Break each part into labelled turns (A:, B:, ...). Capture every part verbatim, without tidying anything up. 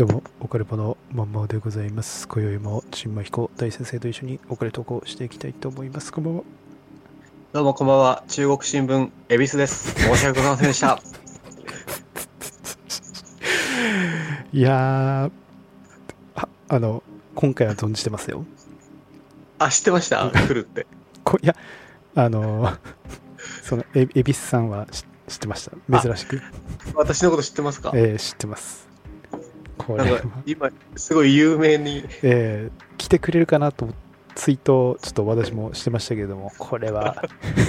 A: どうも、オカルポのまんまでございます。今宵も新馬彦大先生と一緒にオカルトークをしていきたいと思います。こんばんは。
B: どうもこんばんは。中国新聞恵比寿です。申し訳ございませんでした。
A: いやーあ、あの今回は存じてますよ。
B: あ、知ってました来るって。
A: こいやあのそのえ恵比寿さんは知知ってました。珍しく。
B: 私のこと知ってますか？
A: えー、知ってます。これは
B: なんか今すごい有名に、
A: えー、来てくれるかなとツイートちょっと私もしてましたけれども、これは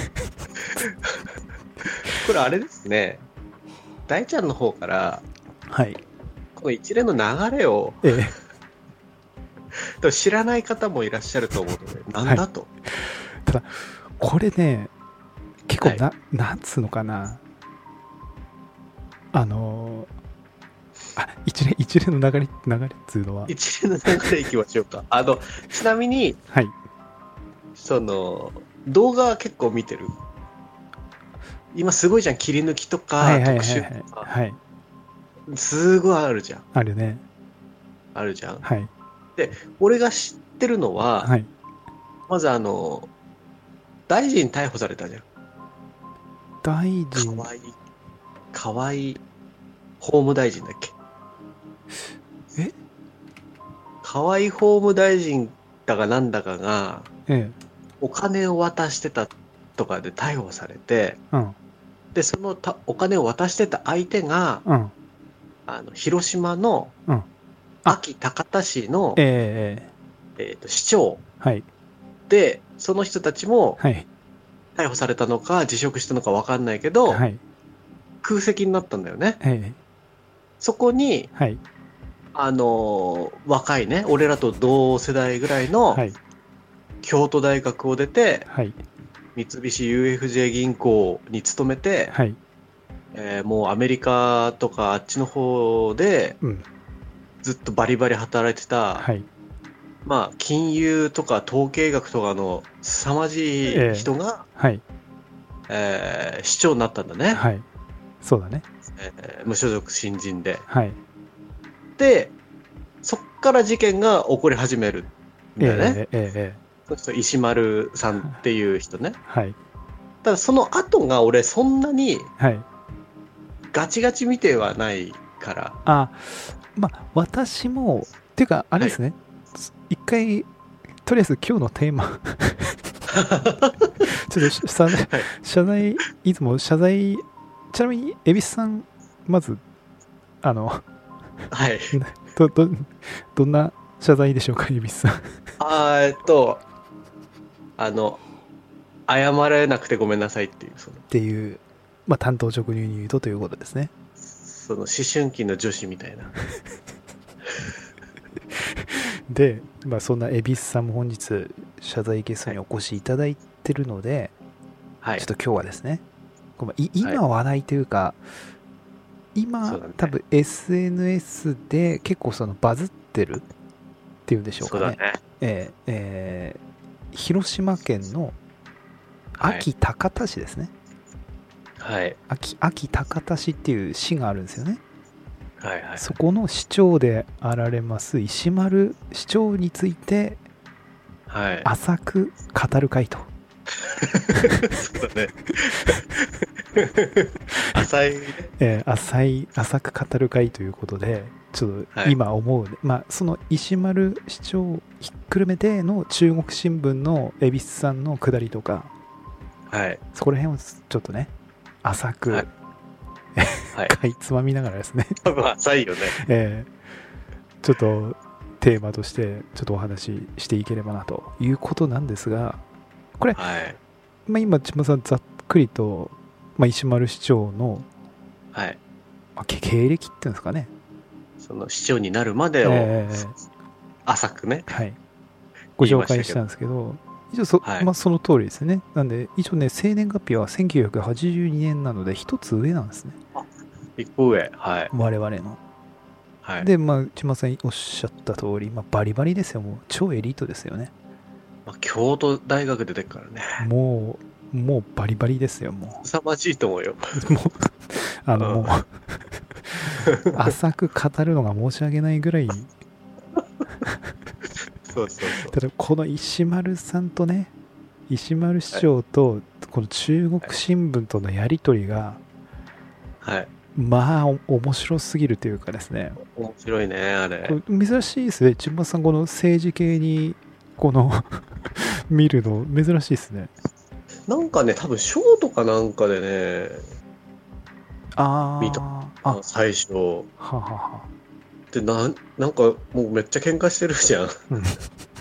B: これあれですね。大ちゃんの方から
A: はい
B: この一連の流れを、
A: えー、
B: 知らない方もいらっしゃると思うので、なんだと、はい、
A: ただこれね結構な、はい、なんつうのかな、あのあ一連一連の流れ流れっつうのは
B: 一連の流れいきましょうか。あのちなみに、
A: はい、
B: その動画は結構見てる？今すごいじゃん、切り抜きとか、はいはいはいはい、特集とか、はい、すごいあるじゃん。
A: あるね。
B: あるじゃん。
A: はい。
B: で、俺が知ってるのは、はい、まずあの大臣逮捕されたじゃん。
A: 大臣。
B: 河合河合法務大臣だっけ？
A: え？
B: 河合法務大臣だかなんだかが、
A: ええ、
B: お金を渡してたとかで逮捕されて、うん、でそのたお金を渡してた相手が、うん、あの広島の安芸高田市の、えーえー、と市長、はい、でその人たちも、はい、逮捕されたのか辞職したのか分かんないけど、はい、空席になったんだよね。はい、そこに、はい、あのー、若いね、俺らと同世代ぐらいの、はい、京都大学を出て、はい、三菱 ユーエフジェー 銀行に勤めて、はい、えー、もうアメリカとかあっちの方で、うん、ずっとバリバリ働いてた、はい、まあ金融とか統計学とかの凄まじい人が、えーはいえー、市長になったんだね。
A: はい、そうだね。
B: えー、無所属新人で、はい、でそっから事件が起こり始めるんだよね。えーえー、そ石丸さんっていう人ね。はい、ただその後が俺そんなにガチガチ見てはないから。
A: あ、まあ私もっていうかあれですね、はい、一回とりあえず今日のテーマちょっと謝、はい、謝罪いつも謝罪、ちなみに恵比寿さんまずあの
B: はい
A: どどどんな謝罪でしょうか、恵比寿さん。
B: あえっとあの謝れなくてごめんなさいっていうその
A: っていう、まあ担当直入に言うとということですね。
B: その思春期の女子みたいな
A: で、まあ、そんな恵比寿さんも本日謝罪ゲストにお越しいただいてるので、はい、ちょっと今日はですね、今話題というか、はい、今、ね、多分 エスエヌエス で結構そのバズってるっていうんでしょうかね。
B: そうだね。
A: えーえー、広島県の安芸高田市ですね。はい。安芸高田市っていう市があるんですよね。はいはいはい、そこの市長であられます石丸市長について、はい、浅く語る会と。
B: そうだね。浅い、
A: えー、浅い浅く語る会ということで、ちょっと今思う、はい、まあその石丸市長をひっくるめての中国新聞の恵比寿さんの下りとか、はい、そこら辺をちょっとね浅く、はいはい、かいつまみながらですね
B: 多分浅いよね、
A: えー、ちょっとテーマとしてちょっとお話ししていければなということなんですが、これ、はいまあ、今千葉さんざっくりと、まあ、石丸市長の、はいまあ、経歴っていうんですかね、
B: その市長になるまでを、えー、浅くね、はい、
A: ご紹介したんですけど、一応 そ,、はいまあ、その通りですね。なんで一応ね生年月日はせんきゅうひゃくはちじゅうにねんなので一つ上なんですね。
B: あ、一個上、はい。
A: 我々の。はい、でまあ千葉さんおっしゃった通り、まあ、バリバリですよ。もう超エリートですよね。
B: まあ、京都大学出てるからね。
A: もうもうバリバリですよ。もう。
B: 凄まじいと思うよ。
A: もうあの、うん、もう浅く語るのが申し訳ないぐらい
B: そうそうそう。
A: ただこの石丸さんとね、石丸市長とこの中国新聞とのやり取りが、
B: はい、
A: まあ面白すぎるというかですね。
B: 面白いねあれ。
A: 珍しいですね。千葉さんこの政治系にこの見るの珍しいですね。
B: なんかね多分ショーとかなんかでね、
A: あ
B: 見たあ最初。は
A: はは。
B: でななんかもうめっちゃ喧嘩してるじゃん。うんうん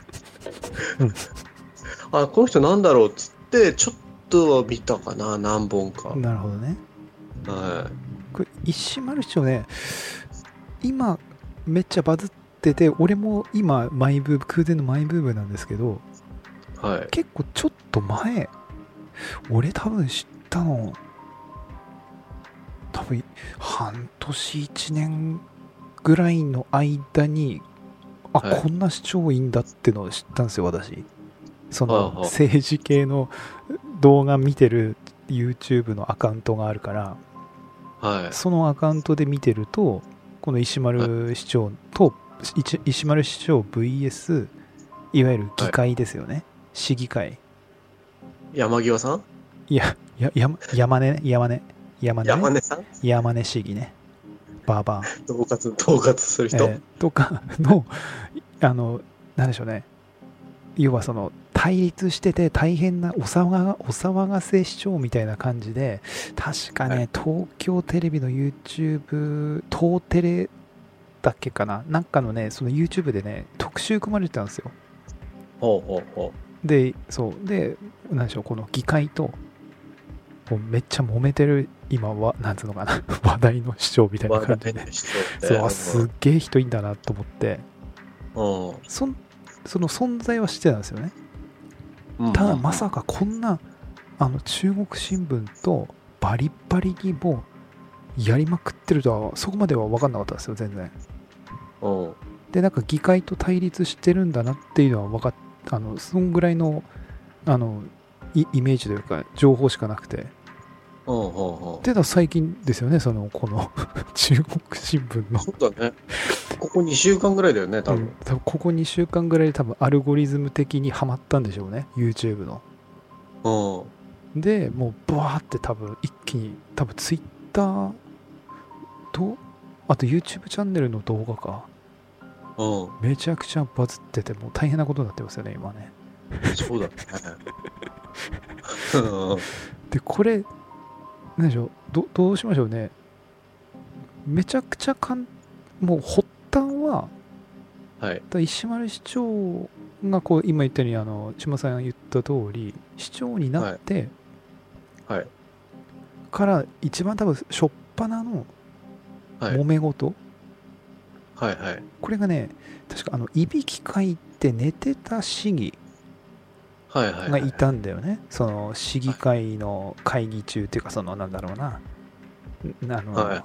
B: あ、この人なんだろうっつってちょっとは見たかな、何本か。
A: なるほどね。
B: はい。
A: これ石丸市長ね、今めっちゃバズってて、俺も今マイブーム、空前のマイブームなんですけど、
B: はい、
A: 結構ちょっと前、俺多分知ったの多分半年いちねんぐらいの間に、あ、はい、こんな市長いいんだってのを知ったんですよ、私。その政治系の動画見てる YouTube のアカウントがあるから、
B: はい、
A: そのアカウントで見てると、この石丸市長と、はい、石丸市長 ブイエス いわゆる議会ですよね、はい、市議会。
B: 山際さん、
A: いや、や山山根山根山根
B: 山根さん、
A: 山根市議ね、バーバー
B: 統括統括する人、え
A: ー、とかのあのなんでしょうね、要はその対立してて大変なお騒がお騒がせ市長みたいな感じで、確かね、はい、東京テレビの YouTube、東テレだっけかな、なんかのね、その YouTube でね、特集組まれてたんですよ。
B: ほうほうほ
A: う。で、そう、で、なんでしょう、この議会と、もうめっちゃ揉めてる、今は、なんつうのかな、話題の市長みたいな感じで、そう、すっげえ人いいんだなと思って、
B: うん、
A: そその存在は知ってたんですよね。ただまさかこんなあの中国新聞とバリバリにもやりまくってるとはそこまでは分かんなかったんですよ、全然。でなんか議会と対立してるんだなっていうのは分かっあのそんぐらいのあの イ, イメージというか情報しかなくて。っていうのは最近ですよね、そのこの中国新聞の。
B: そうだね。ここにしゅうかんぐらいだよね、多分。うん、
A: 多分ここにしゅうかんぐらいで多分アルゴリズム的にはまったんでしょうね、YouTube の。うん、で、もうバーって多分一気に、多分 Twitter と、あと YouTube チャンネルの動画か。うん、めちゃくちゃバズってて、もう大変なことになってますよね、今ね。
B: そうだね。
A: で、これ、何でしょう、ど、どうしましょうね。めちゃくちゃかん、もう発端は、はい、石丸市長がこう今言ったように、あの千葉さんが言った通り市長になって、はいはい、から一番多分初っ端の揉め事、はいはいはい、これがね、確かあのいびきかいて寝てた市議がいたんだよね、その市議会の会議中っていうか、そのなんだろうな、あの、はい、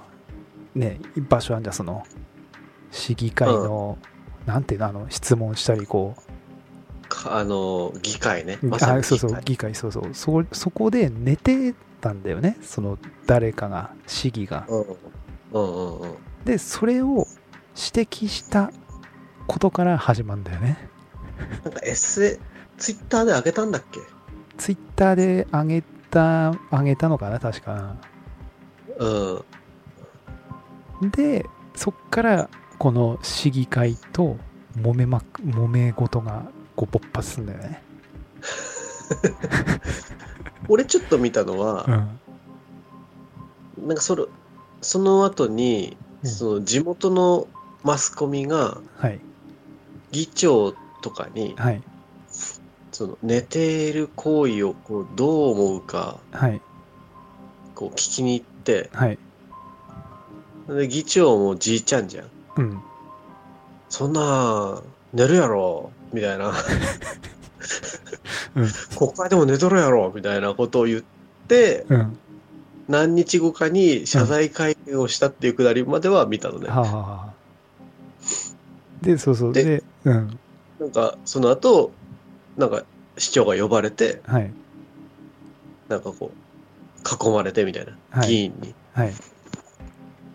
A: ね、場所あんじゃ、その市議会の、うん、なんていうの、あの質問したりこう
B: あの議会ね、
A: まさに議会、あ、そうそう議会、そうそう、そそこで寝てたんだよね、その誰かが、市議が、うんうんうん、でそれを指摘したことから始まるんだよね。
B: なんかエッセイツイッターで上げたんだっけ？
A: ツイッターで上げた上げたのかな、確か。うん。でそっからこの市議会と揉めまく揉め事がこう勃発するんだよね。
B: 俺ちょっと見たのは、うん、なんかそれその後に、うん、その地元のマスコミが、はい、議長とかに、はい、その寝ている行為をこうどう思うか、はい、こう聞きに行って、はい、で議長もじいちゃんじゃん、うん、そんな寝るやろみたいな、うん、国会でも寝とるやろみたいなことを言って、うん、何日後かに謝罪会見をしたっていうくだりまでは見たのね、うん、はあはあ、
A: でそうそうで、で、うん、
B: なんかその後なんか市長が呼ばれて、はい、なんかこう囲まれてみたいな、はい、議員に、はい、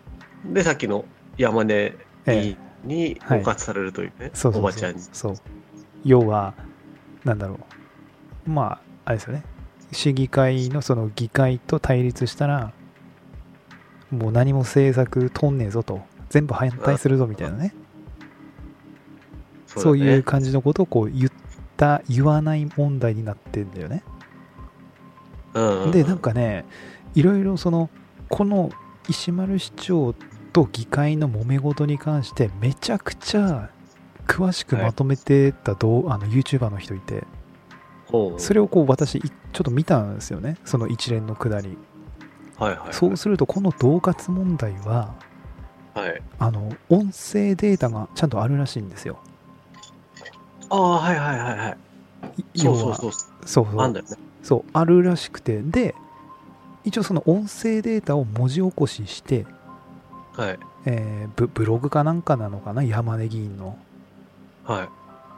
B: でさっきの山根議員に包括されるというね、おばちゃんに。
A: そう要はなんだろう、まああれですよね、市議会のその議会と対立したらもう何も政策とんねえぞと、全部反対するぞみたいなね、そう、ね、そういう感じのことをこう言った言わない問題になってんだよね。
B: うんうん、
A: でなんかね、いろいろそのこの石丸市長と議会の揉め事に関してめちゃくちゃ詳しくまとめてたどう、はい、あの YouTuber の人いて、それをこう私ちょっと見たんですよね、その一連のくだり。
B: はいはいはい、
A: そうするとこの恫喝問題は、
B: はい、
A: あの音声データがちゃんとあるらしいんですよ。
B: ああはいはいはいはい。そうそうそう
A: そうそう
B: あんだよね。
A: そうあるらしくて、で一応その音声データを文字起こしして、
B: はい
A: えー、ブ, ブログかなんかなのかな、山根議員の、
B: はい、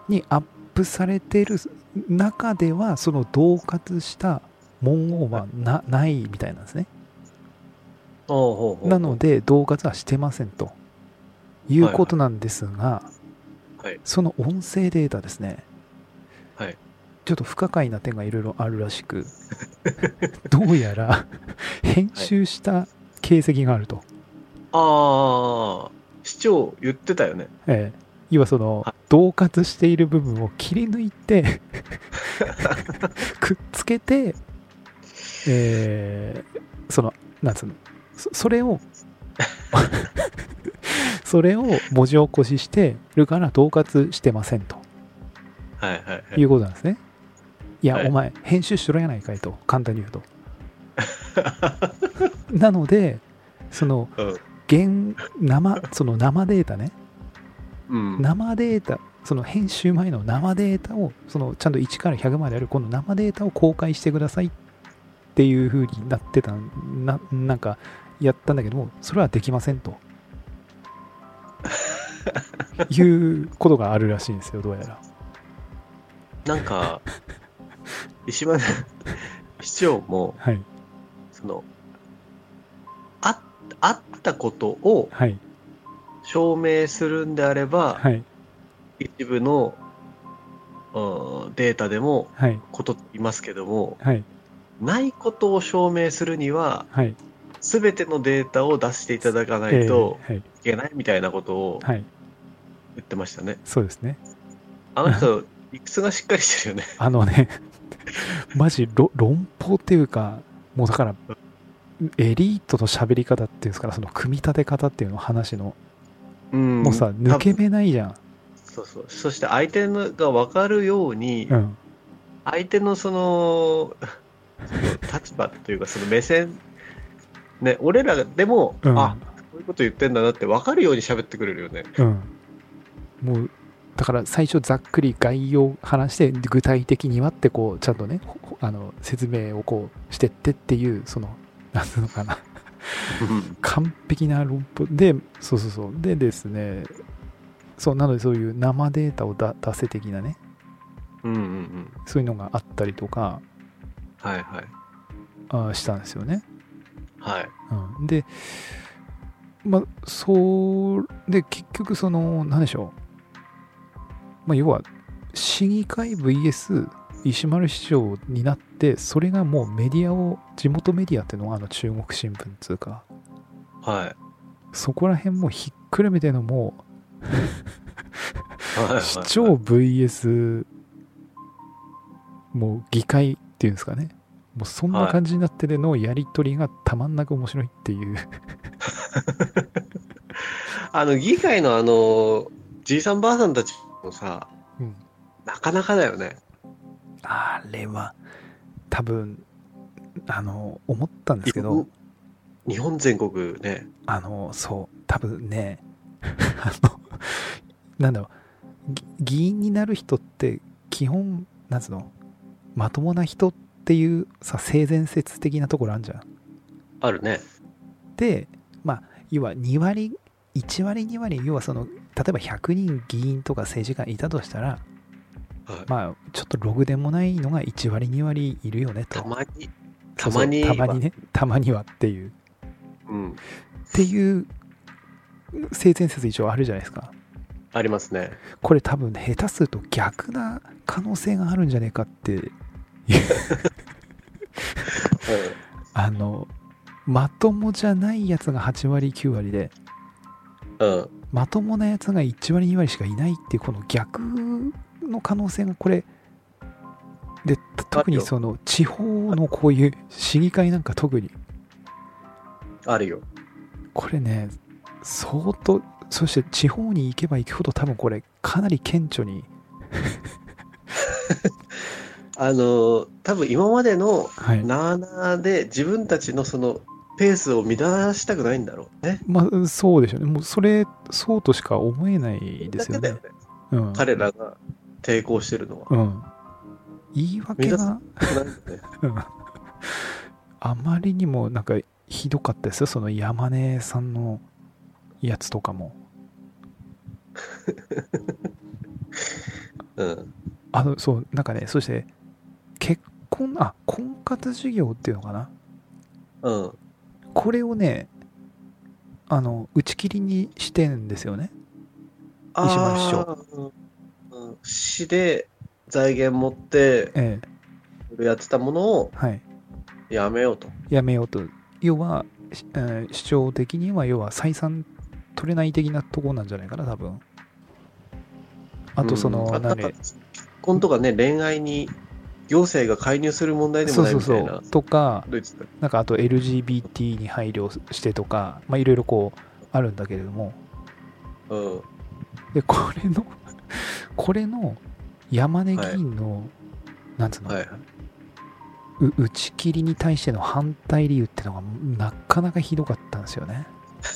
A: にアップされてる中ではその恫喝した文言は な,、はい、ないみたいなんですね。
B: おうほうほうほう、
A: なので恫喝はしてませんということなんですが、
B: はいはい、
A: その音声データですね、
B: はい、
A: ちょっと不可解な点がいろいろあるらしくどうやら編集した形跡があると、はい、
B: ああ市長言ってたよね。
A: ええ、要はその、はい、恫喝している部分を切り抜いてくっつけて、えー、そのなんつうの、そ, それをそれを文字起こししてるから恫喝してませんと、
B: はいはいはい、
A: いうことなんですね。いや、
B: はい、
A: お前編集しろやないかいと簡単に言うとなのでその、うん、現生その生データね、
B: うん、
A: 生データ、その編集前の生データをそのちゃんといちからひゃくまであるこの生データを公開してくださいっていう風になってた な, なんかやったんだけども、それはできませんということがあるらしいんですよ、どうやら。
B: なんか石丸市長も、
A: はい、
B: その あ, あったことを証明するんであれば、
A: はい、
B: 一部の、うん、データでもことって言いますけども、
A: はい、ない
B: ことを証明するには、
A: はい、
B: 全てのデータを出していただかないといけないみたいなことを言ってましたね。はい、
A: そうですね。
B: あの人理屈がしっかりしてるよね。
A: あのねマジ論法っていうか、もうだからエリートの喋り方っていうんですから、その組み立て方っていうの話の、うん、もうさ抜け目ないじゃん。
B: そうそう。そして相手のが分かるように、うん、相手のその立場というかその目線ね、俺らでも、うん、あ、こういうこと言ってんだなって分かるように喋ってくれるよね。
A: うん。もうだから最初ざっくり概要を話して、具体的にはってこうちゃんとね、あの説明をこうしてってっていう、そのなんていうのかな完璧な論法で、そうそうそうでですね、そうなのでそういう生データをだ出せ的なね、
B: うんうんうん、
A: そういうのがあったりとか、
B: はいはい、
A: あしたんですよね。
B: はい、
A: うん、でまあそうで結局その何でしょう、まあ、要は市議会 ブイエス 石丸市長になって、それがもうメディアを、地元メディアっていうのはあの中国新聞っていうか、
B: はい、
A: そこら辺もひっくるめてのもう市長 ブイエス もう議会っていうんですかね、もうそんな感じになってでのやり取りがたまんなく面白いっていう
B: あの議会のあのじいさんばあさんたちもさ、うん、なかなかだよね。
A: あれは多分あの思ったんですけど、
B: 日本全国ね、
A: あのそう多分ねあのなんだろう、議員になる人って基本なんつうの、まともな人っていうさ、性善説的なところあるじゃん。
B: あるね。
A: でまあ要はに割いち割に割、要はその例えばひゃくにん議員とか政治家いたとしたら、はい、まあちょっとログでもないのがいち割に割いるよねと。
B: たまにたまに
A: たまにね、たまにはっていう、
B: うん、っ
A: ていう性善説一応あるじゃないですか。
B: ありますね。
A: これ多分下手すると逆な可能性があるんじゃねえかっていう、うん、あのまともじゃないやつがはちわりきゅうわりで、
B: うん、
A: まともなやつがいちわりにわりしかいないっていうこの逆の可能性がこれで、特にその地方のこういう市議会なんか特に
B: あるよ。こ
A: れね相当、そして地方に行けば行くほど多分これかなり顕著に
B: あの多分今までのなあなあで自分たちのそのペースを乱したくないんだろうね。
A: まあそうでしょうね。もうそれそうとしか思えないですよね。
B: だけだよね、うん、彼らが抵抗してるのは、うん、
A: 言い訳が、ねうん、あまりにもなんかひどかったですよ、その山根さんのやつとかもうんあのそうなんかね、そして結婚あ婚活事業っていうのかな、うんこれをねあの打ち切りにしてんですよね、石丸市長、
B: うん、市で財源持って、ええ、やってたものをやめようと、はい、
A: やめようと、要は、えー、市長的には要は採算取れない的なところなんじゃないかな多分。あとその、うん、
B: 何結婚とかね恋愛に行政が介入する問題でもないみたいな、そうそうそう
A: とか、なんかあと エルジービーティー に配慮してとか、まあいろいろこうあるんだけれども、うん、でこれのこれの山根議員の、はい、なんつうの、はい、う打ち切りに対しての反対理由っていうのがなかなかひどかったんですよね。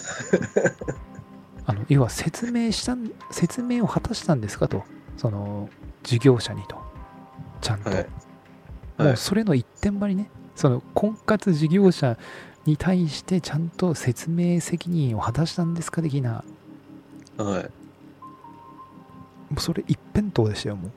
A: あの要は説明した説明を果たしたんですかと、その事業者にとちゃんと、はい、もうそれの一点張りね、その婚活事業者に対してちゃんと説明責任を果たしたんですか的な、はい、もうそれ一辺倒でしたよも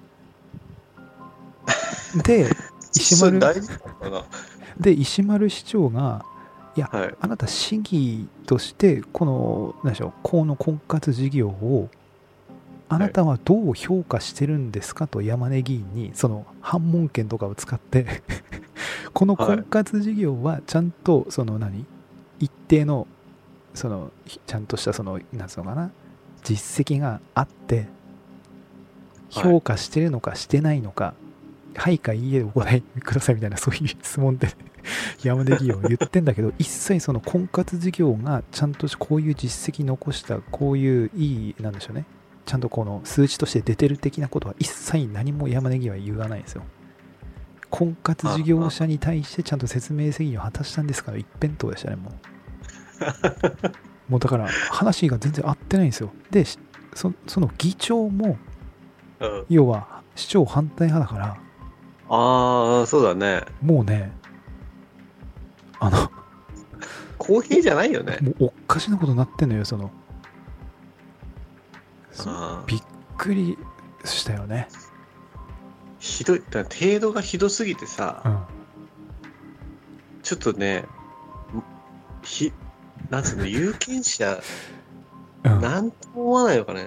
A: う。で石丸で石丸市長がいや、はい、あなた市議としてこの何でしょうこの婚活事業をあなたはどう評価してるんですかと山根議員にその反問権とかを使ってこの婚活事業はちゃんとその何一定のそのちゃんとしたそのなんつうのかな実績があって評価してるのかしてないのか、はい、はいかいいえでお答えくださいみたいなそういう質問で山根議員は言ってんだけど一切その婚活事業がちゃんとこういう実績残したこういういいなんでしょうねちゃんとこの数値として出てる的なことは一切何も山根議員は言わないんですよ。婚活事業者に対してちゃんと説明責任を果たしたんですから一辺倒でしたねもうもうだから話が全然合ってないんですよ。で そ, その議長も、うん、要は市長反対派だから
B: ああそうだね
A: もうねあの
B: 公平じゃないよね。
A: もうおっかしなことになってんのよそのびっくりしたよね。
B: ひどいだ程度がひどすぎてさ、うん、ちょっとねひなんつうの有権者、うん、なんとも思わないのかね。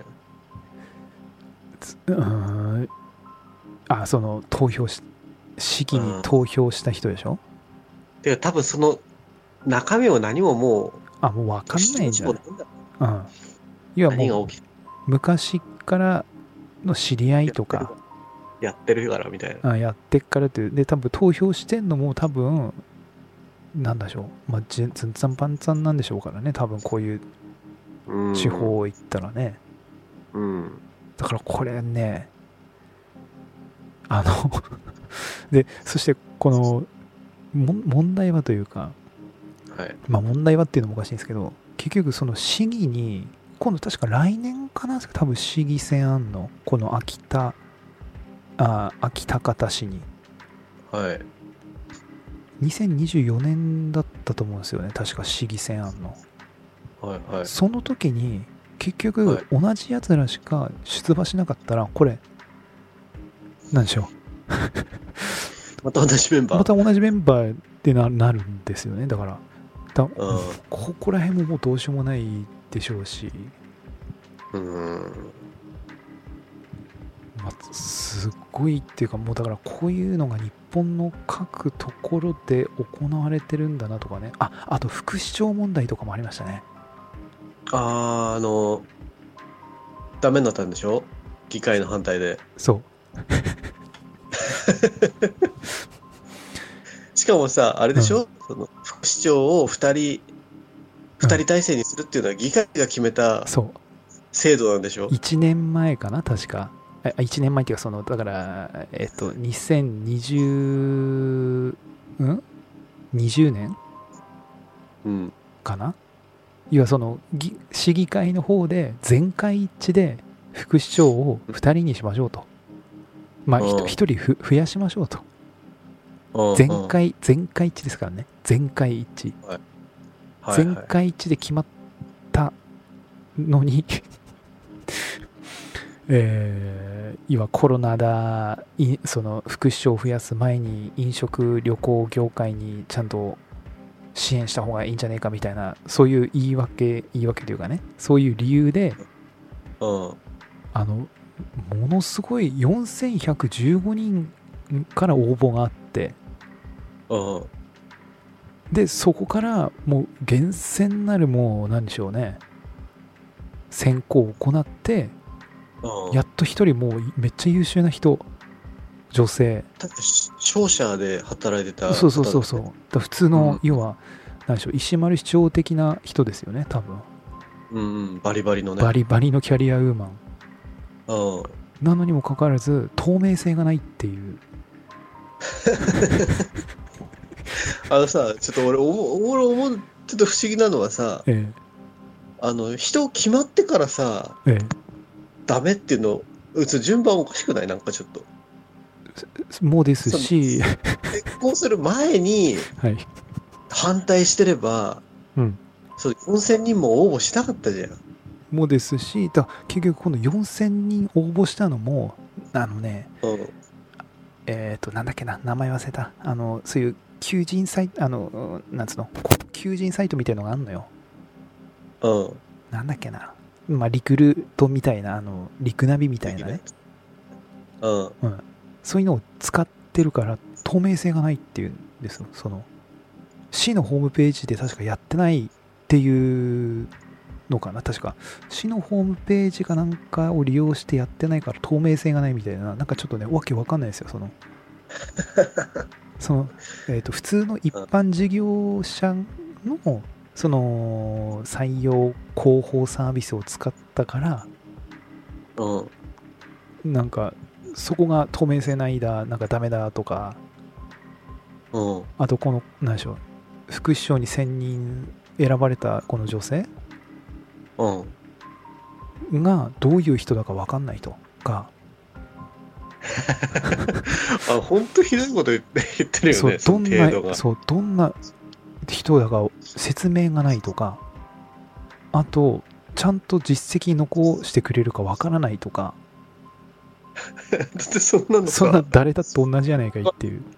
A: うんあその投票し市議に投票した人でしょ。
B: で多分その中身を何ももう
A: あもう分かんないんじゃない。うん。いやもう昔からの知り合いとか
B: やってるからみたいな。
A: あやってっからっていうで多分投票してんのも多分なんでしょうまあズンツァンパンツァンなんでしょうからね多分こういう地方行ったらね。うん。うんだからこれねあのでそしてこのも問題はというか、はい、まあ問題はっていうのもおかしいんですけど結局その市議に今度確か来年かな多分市議選あんのこの秋田あ秋高田市にはいにせんにじゅうよねんだったと思うんですよね確か市議選あんのはいはいその時に結局同じやつらしか出馬しなかったらこれなんでしょう
B: また同じメンバー
A: また同じメンバーって な, なるんですよねだからだ、うん、ここら辺ももうどうしようもないでしょうし、
B: うん、
A: まあ、すごいっていうか、もうだからこういうのが日本の各ところで行われてるんだなとかね。あ、あと副市長問題とかもありましたね。
B: あー、あのダメになったんでしょ、議会の反対で。
A: そう
B: しかもさ、あれでしょ、うん、その副市長をふたりふたり体制にするっていうのは議会が決めた制度なんでしょ。
A: いちねんまえかな確か。いちねんまえっていうか、そのだからえっとにせんにじゅう、うんにじゅうねん、
B: うん、
A: かな。いわその市議会の方で全会一致で副市長をふたりにしましょうと、まあひとりふ増やしましょうと。全会全会一致ですからね。全会一致、はいはい、全会一致で決まったのにえー、いわコロナだ、その副市長を増やす前に飲食旅行業界にちゃんと支援した方がいいんじゃねえかみたいな、そういう言い訳言い訳というかね、そういう理由で、
B: うん、
A: あのものすごいよんせんひゃくじゅうごにんから応募があって、
B: うん、
A: でそこからもう厳選なるもう何でしょうね、選考を行って、うん、やっと一人もうめっちゃ優秀な人、女性、
B: だって商社で働いてた、
A: そうそうそうそう、だ普通の、うん、要は何でしょう、石丸市長的な人ですよね多分。
B: うん、うん、バリバリのね、
A: バリバリのキャリアウーマン、
B: うん、
A: なのにもかかわらず透明性がないっていう
B: あのさ、ちょっと俺思俺思うちょっと不思議なのはさ、ええ、あの人決まってからさ、ええ、ダメっていうの、うつ順番おかしくない？なんかちょっと
A: もうですし、
B: 結婚する前に反対してれば、はい、うん、そうよんせんにんも応募しなかったじゃん。
A: もうですし、だ結局このよんせんにん応募したのもあのね、うん、えっ、ー、となんだっけな、名前忘れた、あのそういう求人サイト、あのなんつうの、求人サイトみたいのがあるのよ。うん。なんだっけな、まあリクルートみたいな、あのリクナビみたいなね。うん。うん。そういうのを使ってるから透明性がないっていうんですよ。その市のホームページで確かやってないっていうのかな、確か市のホームページかなんかを利用してやってないから透明性がないみたいな、なんかちょっとねわけわかんないですよ。そのその、えーと、普通の一般事業者のその採用広報サービスを使ったから、うん、なんかそこが透明性ないだ、なんかダメだとか、うん、あとこの何でしょう、副市長に選任選ばれたこの女性、うん、がどういう人だか分かんないとか
B: あ、本当ひどいこと言って言ってるよね。
A: そう、どんな、そう、どんな人だか説明がないとか、あとちゃんと実績残してくれるか分からないとか
B: だってそんなのさ、
A: そんな誰だって同じじゃないかいっていう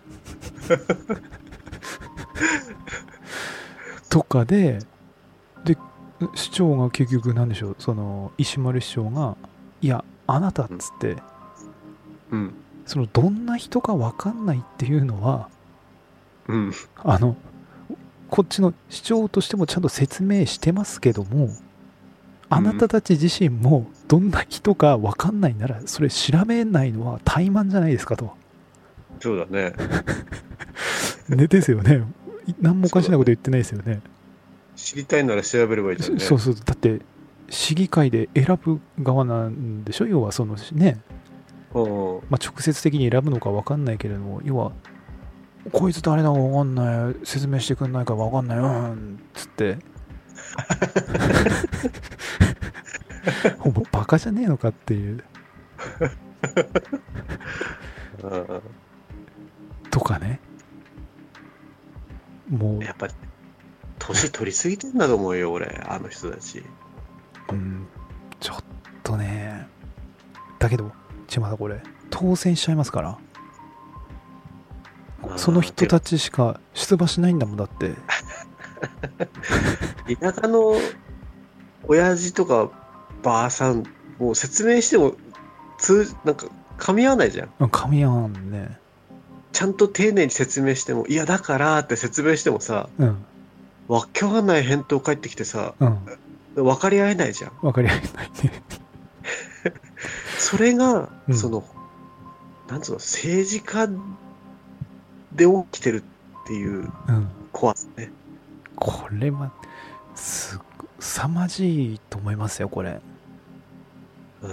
A: とかで、で市長が結局なんでしょう、その石丸市長が、いやあなたっつって、うん、そのどんな人か分かんないっていうのは、うん、あのこっちの市長としてもちゃんと説明してますけども、あなたたち自身もどんな人か分かんないならそれ調べないのは怠慢じゃないですかと。
B: そうだね
A: ねですよね。何もおかしなこと言ってないですよね。
B: 知りたいなら調べればいいじゃんね。
A: そうそう、だって市議会で選ぶ側なんでしょ、要はそのね、まあ、直接的に選ぶのか分かんないけれども、要はこいつ誰だか分かんない、説明してくんないか分かんない、うんつってほんまバカじゃねえのかっていうとかね。もう
B: やっぱり年取りすぎてんだと思うよ俺、あの人たち。
A: うん、ちょっとね。だけどちまだこれ当選しちゃいますから、その人たちしか出馬しないんだもん。だって
B: 田舎の親父とかばあさんもう説明しても通なんか噛み合わないじゃん。
A: 噛み合わんね。
B: ちゃんと丁寧に説明しても、いやだからって説明してもさ、うん、わけわかんない返答返ってきてさ、うん、分かり合えないじゃん。
A: 分かり合えないね。
B: それが、うん、そのなんつうの政治家で起きてるっていう怖さね。
A: うん、これはすさまじいと思いますよこれ。うん。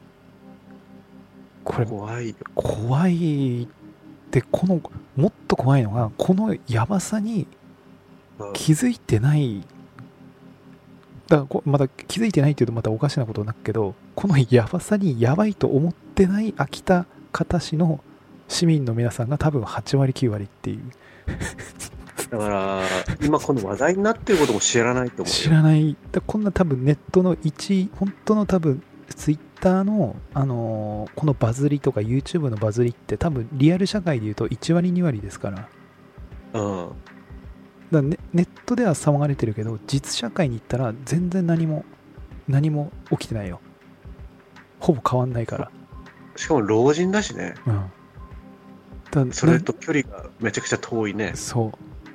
A: これ
B: 怖いよ。
A: 怖いで、このもっと怖いのがこのやばさに気づいてない、うん、だからまだ気づいてないっていうとまたおかしなことになるけど、このやばさにやばいと思ってない秋田方市の市民の皆さんが多分はちわりきゅうわりっていう
B: だから今この話題になってることも知らないと思うよ。
A: 知らない。だこんな多分ネットの一本当の多分ツイッターの、あのー、このバズりとか YouTube のバズりって多分リアル社会でいうといちわりにわりですから。うん。だネ, ネットでは騒がれてるけど実社会に行ったら全然何も何も起きてないよ。ほぼ変わんないから。
B: しかも老人だしね。うん。だそれと距離がめちゃくちゃ遠いね。
A: そう。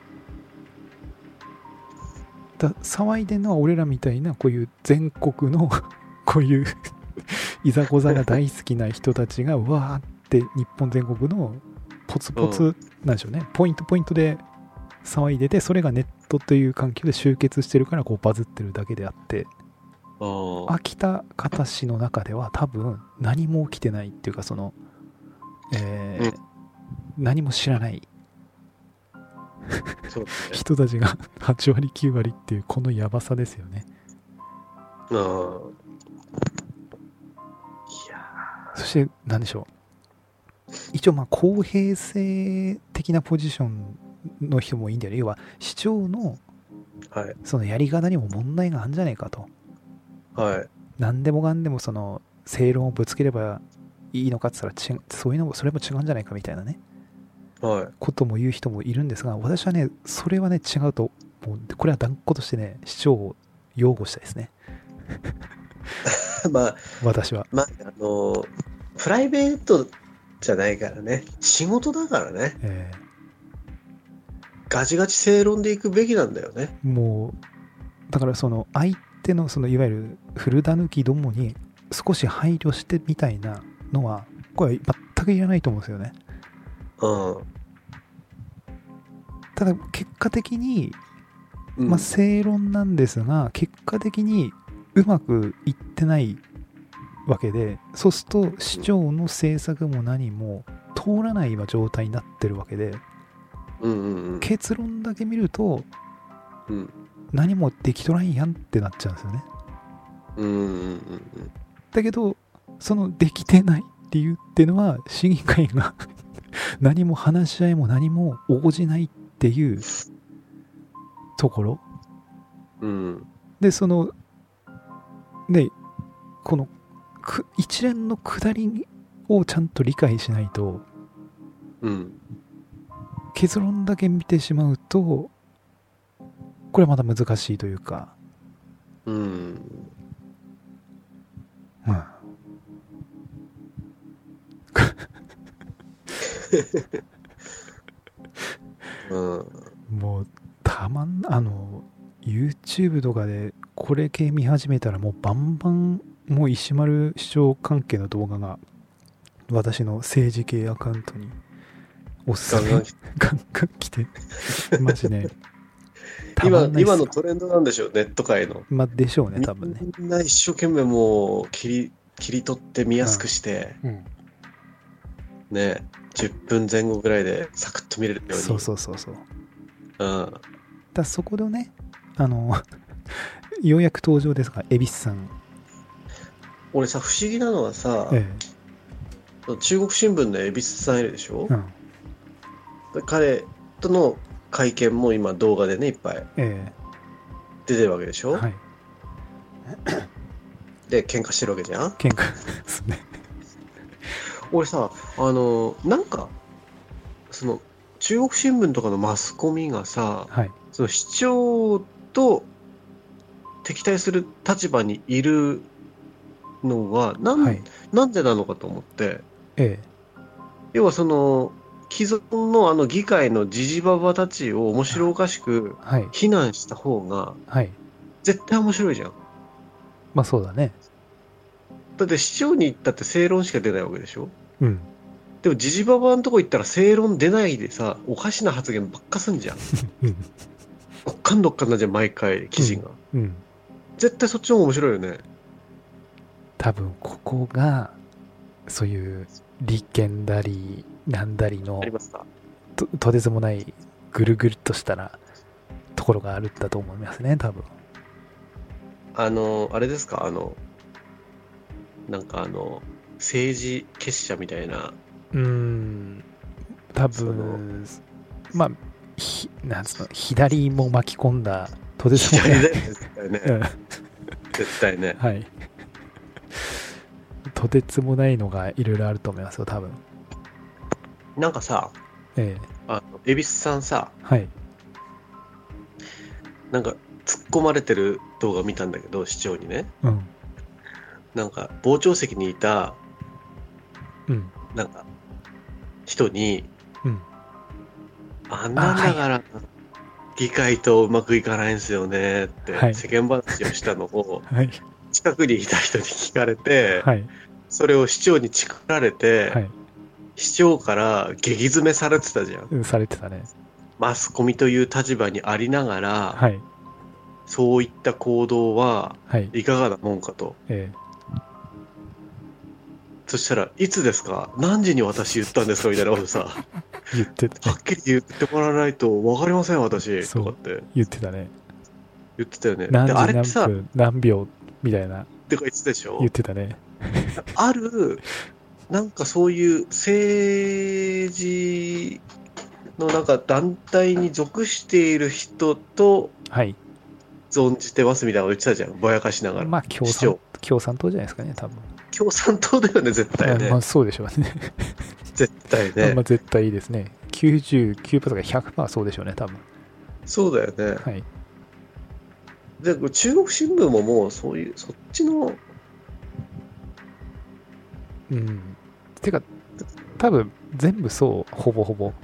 A: だ騒いでるのは俺らみたいなこういう全国のこういういざこざが大好きな人たちがわーって日本全国のポツポツなんでしょうね、うん、ポイントポイントで騒いでて、それがネットという環境で集結してるからこうバズってるだけであって、秋田方市の中では多分何も起きてないっていうか、その、えーうん、何も知らないそう、ね、人たちがはちわりきゅうわりっていうこのやばさですよね。ああ。いやそして何でしょう、一応まあ公平性的なポジションの人もいいんだよね。要は市長のそのやり方にも問題があるんじゃないかと。はい。何でもかんでもその正論をぶつければいいのかって言ったら、そういうのもそれも違うんじゃないかみたいなね。はい、ことも言う人もいるんですが、私はねそれはね違うと思う。これは断固としてね市長を擁護したいですね。まあ私は
B: まああのプライベートじゃないからね、仕事だからね、えー、ガチガチ正論でいくべきなんだよね。
A: もうだからその相手のそのいわゆる古田抜きどもに少し配慮してみたいなのはこれは全くいらないと思うんですよね。うん、ただ結果的に、まあ、正論なんですが、うん、結果的にうまくいってないわけで、そうすると市長の政策も何も通らない状態になってるわけで、うんうんうん、結論だけ見ると、うん、何もできとらんやんってなっちゃうんですよね。うんうんうん、だけどそのできてない理由っていうのは市議会が何も話し合いも何も応じないっていうところ、うん、でそのねこの一連の下りをちゃんと理解しないと、うん、結論だけ見てしまうとこれはまだ難しいというか、うん、うんうん、もうたまんあの YouTube とかでこれ系見始めたらもうバンバンもう石丸市長関係の動画が私の政治系アカウントにおすすめガンガン来てマジね
B: 今今のトレンドなんでしょう、ネット界の。
A: まあでしょうね、多分ね。
B: みんな一生懸命もう切り切り取って見やすくして、うんうん、ねじゅっぷんぜん後ぐらいでサクッと見れるように。
A: そうそうそうそう。うん。だそこでね、あのようやく登場ですが、蛭子さん。
B: 俺さ、不思議なのはさ、ええ、中国新聞の蛭子さんいるでしょ、うん、彼との会見も今動画でねいっぱい出てるわけでしょ、ええ、はい、で喧嘩してるわけじゃん。
A: 喧嘩ですね。
B: 俺さ、あのなんかその中国新聞とかのマスコミがさ、はい、 その市長と敵対する立場にいるのはなん、はい、なんでなのかと思って、ええ、要はその既存のあの議会のジジババたちを面白おかしく非難した方が絶対面白いじゃん、はいはい、
A: まあそうだね。
B: だって市長に行ったって正論しか出ないわけでしょ。うん。でもジジババのとこ行ったら正論出ないでさ、おかしな発言ばっかすんじゃん。どっかんどっかんなじゃん、毎回記事が、うんうん、絶対そっちの方が面白いよね。
A: 多分ここがそういう立憲だりなんだりの
B: ありますか
A: と, とてつもないぐるぐるっとしたらところがあるんだと思いますね、多分。
B: あのあれですか、あのなんかあの政治結社みたいな、
A: うーん多分まあひなんつうの左も巻き込んだとてつもない
B: 絶対ね絶対ね
A: はいとてつもないのがいろいろあると思いますよ、多分。
B: なんかさ、ええ、あの恵比寿さんさ、はい、なんか突っ込まれてる動画見たんだけど、市長にね、うん、なんか傍聴席にいた、うん、なんか人に、うん、あんなんだから、はい、議会とうまくいかないんですよねって世間話をしたのを、はい、近くにいた人に聞かれて、はい、それを市長にチクられて、はい、市長から激詰めされてたじゃん、
A: うん、されてたね。
B: マスコミという立場にありながら、はい、そういった行動はいかがなもんかと、はい、ええ、そしたらいつですか、何時に私言ったんですかみたいなことさ
A: 言ってた、
B: はっきり言ってもらわないと分かりません私とかって
A: 言ってたね。
B: 言ってたよね。
A: 何時何分何秒みたいな
B: ってか言ってたでしょ。
A: 言ってたね
B: あるなんかそういう政治のなんか団体に属している人と存じてますみたいなこと言ってたじゃん、ぼやかしながら。
A: まあ共産共産党じゃないですかね、多分。
B: 共産党だよね絶対ね。
A: まあそうでしょうね
B: 絶対ね。
A: まあ絶対いいですね。きゅうじゅうきゅうパーセント か ひゃくパーセント そうでしょうね、多分。
B: そうだよね。はい。で中国新聞ももうそういうそっちの
A: うん。てか多分全部そうほぼほぼ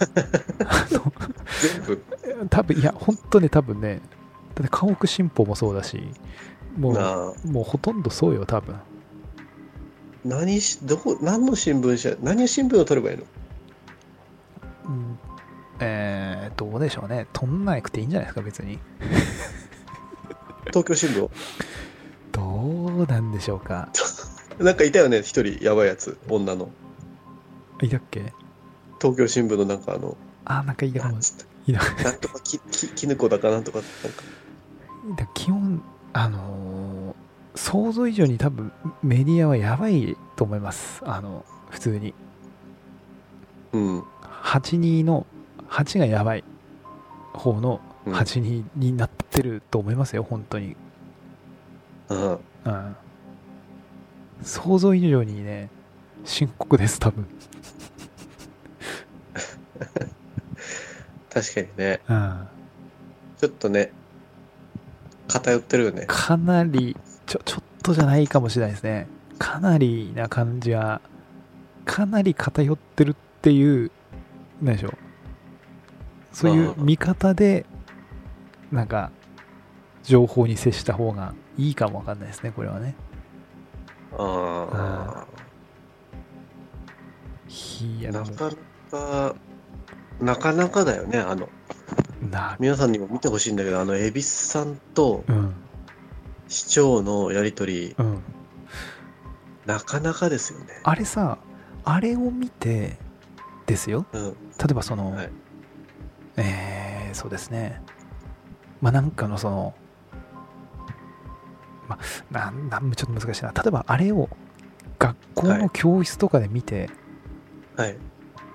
B: 全部
A: 多分いや本当ね多分ね、だって河北新報もそうだし、もうもうほとんどそうよ多分。
B: 何しどこ何の新聞社何の新聞を取ればいいの？
A: うん、えー、どうでしょうね。取んなくていいんじゃないですか別に
B: 東京新聞
A: どうなんでしょうか
B: なんかいたよね一人やばいやつ、女の。
A: いたっけ？
B: 東京新聞のなんかあの
A: あなんかいたかも。
B: いたなんとかきききぬこだかなんとか
A: なんか基本あのー、想像以上に多分メディアはやばいと思います。あの普通に。うん。はちにんのはちがやばい方のはちにんになってると思いますよ、うん、本当に。うん。うん。想像以上にね深刻です多分
B: 確かにね、うん、ちょっとね偏ってるよね。
A: かなりちょちょっとじゃないかもしれないですね。かなりな感じはかなり偏ってるっていう何でしょう、そういう見方でなんか情報に接した方がいいかもわかんないですねこれはね。ああ、
B: いやなかなかなかなかだよね。あのな皆さんにも見てほしいんだけど、あの恵比寿さんと市長のやりとり、うん、なかなかですよね。
A: あれさ、あれを見てですよ、うん、例えばその、はい、えー、そうですね、まあなんかのそのまあ、なんなんちょっと難しいな。例えばあれを学校の教室とかで見て、はい、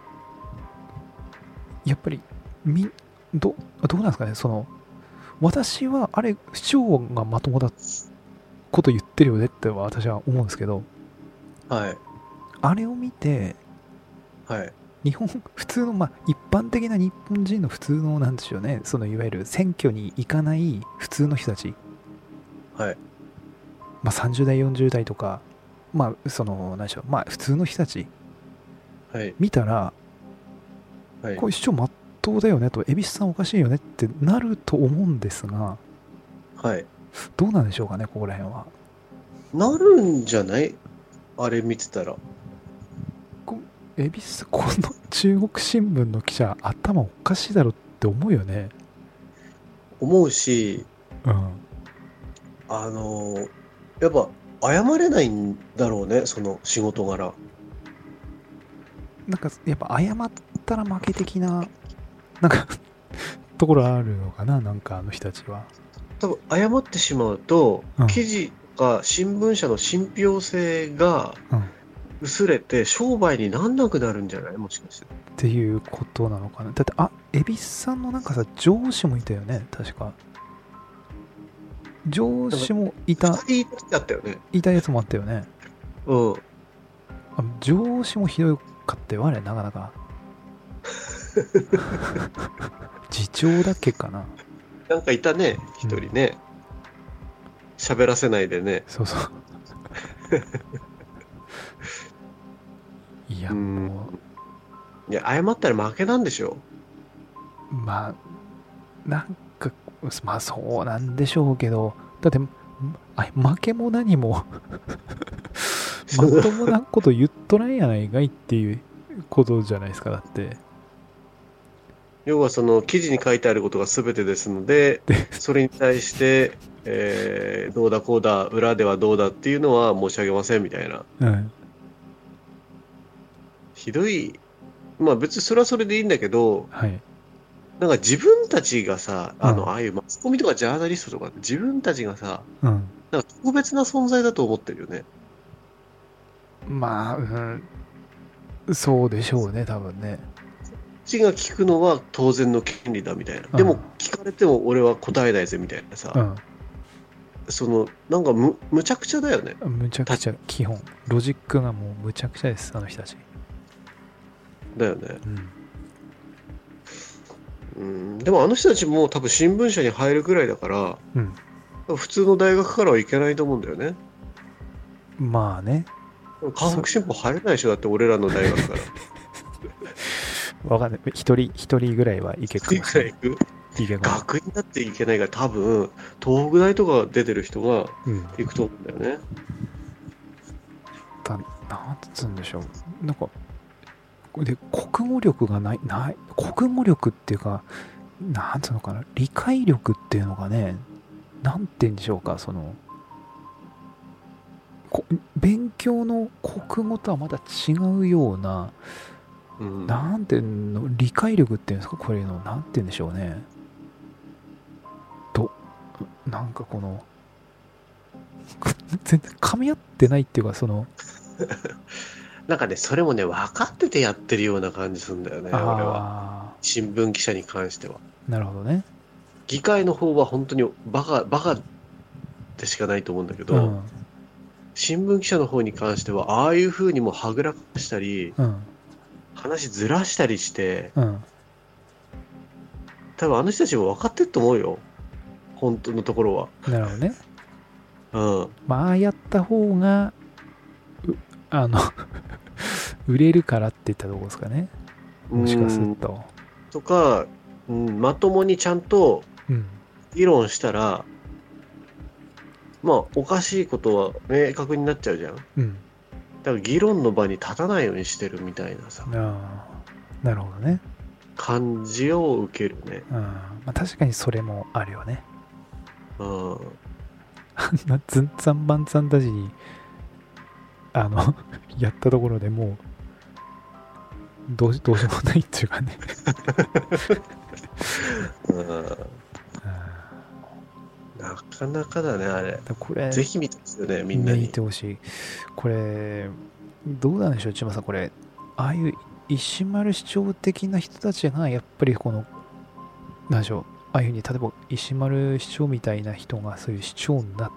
A: やっぱりみ ど, どうなんですかね、その私はあれ市長がまともだこと言ってるよねって私は思うんですけど、はい、あれを見て、はい、 日本普通の、まあ一般的な日本人の普通のなんでしょうね、そのいわゆる選挙に行かない普通の人たち、
B: はい、
A: まあさんじゅう代よんじゅう代とか、まあその何でしょう、まあ普通の人たち、
B: はい、
A: 見たら、はい、これ市長まっとうだよねと、蛭子さんおかしいよねってなると思うんですが、
B: はい、
A: どうなんでしょうかね、ここら辺は。
B: なるんじゃない？あれ見てたら。
A: 蛭子さん、この中国新聞の記者、頭おかしいだろって思うよね。
B: 思うし、うん、あのやっぱ謝れないんだろうね、その仕事柄。
A: なんかやっぱ謝ったら負け的ななんかところあるのかな、なんかあの人たちは。
B: 多分謝ってしまうと、うん、記事か新聞社の信憑性が薄れて商売になんなくなるんじゃない？もしかして。
A: っていうことなのかな。だってあ蛭子さんのなんかさ上司もいたよね、確か。上司もいた。
B: いたったよね。
A: いたやつもあったよね。
B: うん。あ
A: 上司もひどかったよあれ、なかなか。次長だけかな。
B: なんかいたね、一人ね。喋、うん、らせないでね。
A: そうそう。いや、も
B: う。いや、謝ったら負けなんでしょ。
A: まあ、なんか、まあそうなんでしょうけど、だって、あ負けも何もまともなこと言っとらんやないかいっていうことじゃないですか、だって。
B: 要はその記事に書いてあることが全てですので、それに対して、えー、どうだこうだ、裏ではどうだっていうのは申し上げませんみたいな。うん、ひどい、まあ別にそれはそれでいいんだけど、はい、なんか自分たちがさ、あの、うん、ああいうマスコミとかジャーナリストとか、自分たちがさ、うん、なんか特別な存在だと思ってるよね。
A: まあ、うん、そうでしょうね、多分ね。
B: こっちが聞くのは当然の権利だみたいな。でも聞かれても俺は答えないぜみたいなさ。うん、その、なんかむ、むちゃくちゃだよね。
A: むちゃくちゃ、基本。ロジックがもうむちゃくちゃです、あの人たち。
B: だよね。うん。うん、でもあの人たちも多分新聞社に入るぐらいだから、うん、普通の大学からはいけないと思うんだよね。
A: まあね。
B: 河北新報入れないでしょ、だって俺らの大学から。
A: わかんない。一人、一人ぐらいはいけるかもしれない。
B: 一人ぐらい行く学院だっていけないから、多分、東北大とか出てる人が行くと思うんだよね。
A: うん、だなんつうんでしょう。なんか、で、国語力がない、ない、国語力っていうか、なんつうのかな、理解力っていうのがね、なんて言うんでしょうか、その、勉強の国語とはまた違うような、うん、なんていうの、理解力っていうんですか、これの、なんて言うんでしょうね。と、なんかこの、全然噛み合ってないっていうか、その、
B: なんかね、それもね、分かっててやってるような感じするんだよね、俺は。新聞記者に関しては。
A: なるほどね。
B: 議会の方は本当にバカ、バカでしかないと思うんだけど、うん、新聞記者の方に関しては、ああいう風にもはぐらかしたり、うん、話ずらしたりして、うん、多分あの人たちも分かってると思うよ。本当のところは。
A: なるほどね。
B: うん。
A: まあ、ああやった方が、あの、売れるからって言ったところですかね。もしかすると。
B: とか、うん、まともにちゃんと議論したら、うん、まあ、おかしいことは明確になっちゃうじゃん。うん。だから議論の場に立たないようにしてるみたいなさ。
A: ああ、なるほどね。
B: 感じを受けるね。
A: うん。まあ、確かにそれもあるよね。
B: うん。
A: あんなずんざんばんざんたちに、あの、やったところでもう、どうし、どうしようもないっていうかね。
B: うん。なかなかだね、あれ。これぜひ見てほしいよね、みんなに。
A: 見てほしい。これ、どうなんでしょう、千葉さん、これ、ああいう石丸市長的な人たちが、やっぱりこの、なんでしょう、ああいうふうに、例えば石丸市長みたいな人がそういう市長になって、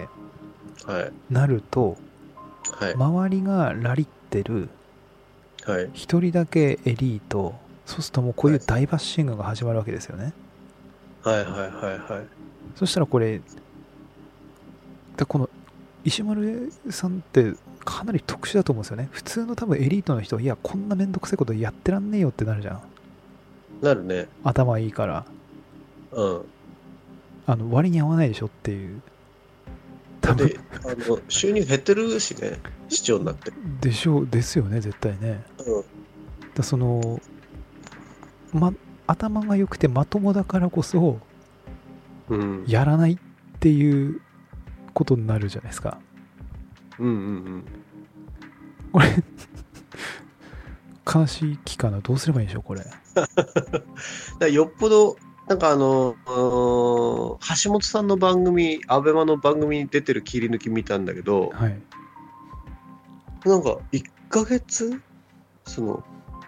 B: はい、
A: なると、
B: はい、
A: 周りがラリってる、
B: はい、
A: 一人だけエリート、そうするともうこういう大バッシングが始まるわけですよね。
B: はいはいはいはい。
A: そしたらこれ、だこの石丸さんってかなり特殊だと思うんですよね。普通の多分エリートの人は、いや、こんなめんどくさいことやってらんねえよってなるじゃん。
B: なるね。
A: 頭いいから。
B: うん。
A: あの、割に合わないでしょっていう。
B: 多分。で、あの、収入減ってるしね、市長になって。
A: でしょう、ですよね、絶対ね。うん。だその、ま、頭が良くてまともだからこそ、うん、やらないっていうことになるじゃないですか。
B: うんうんうん。
A: これ悲しい期間だ。どうすればいいんでしょう、これ。
B: だよっぽど、なんかあの、橋本さんの番組、アベマの番組に出てる切り抜き見たんだけど、はい、なんかいっかげつその、